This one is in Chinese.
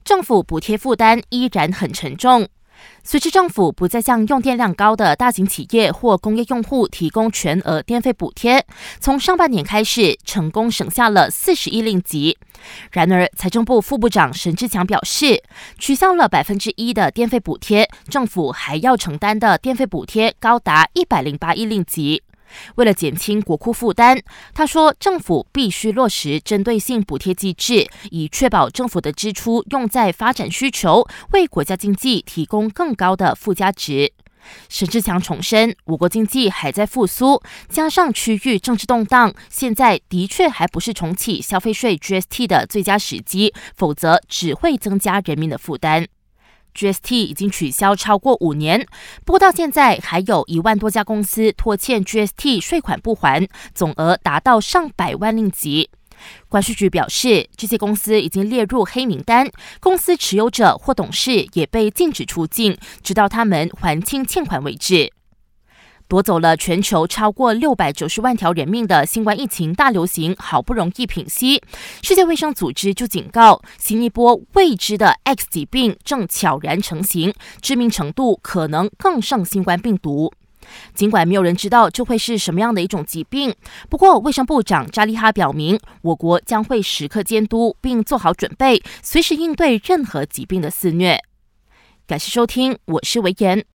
政府补贴负担依然很沉重。随着政府不再向用电量高的大型企业或工业用户提供全额电费补贴，从上半年开始成功省下了41令吉。然而，财政部副部长沈志强表示，取消了1%的电费补贴，政府还要承担的电费补贴高达108亿令吉。为了减轻国库负担，他说政府必须落实针对性补贴机制，以确保政府的支出用在发展需求，为国家经济提供更高的附加值。沈志强重申，我国经济还在复苏，加上区域政治动荡，现在的确还不是重启消费税 GST 的最佳时机，否则只会增加人民的负担。GST 已经取消超过5年，不过到现在还有1万多家公司拖欠 GST 税款不还，总额达到上百万令吉。关税局表示，这些公司已经列入黑名单，公司持有者或董事也被禁止出境，直到他们还清欠款为止。夺走了全球超过690万条人命的新冠疫情大流行好不容易平息，世界卫生组织就警告，新一波未知的 X 疾病正悄然成型，致命程度可能更胜新冠病毒。尽管没有人知道这会是什么样的一种疾病，不过卫生部长扎利哈表明，我国将会时刻监督并做好准备，随时应对任何疾病的肆虐。感谢收听，我是维言。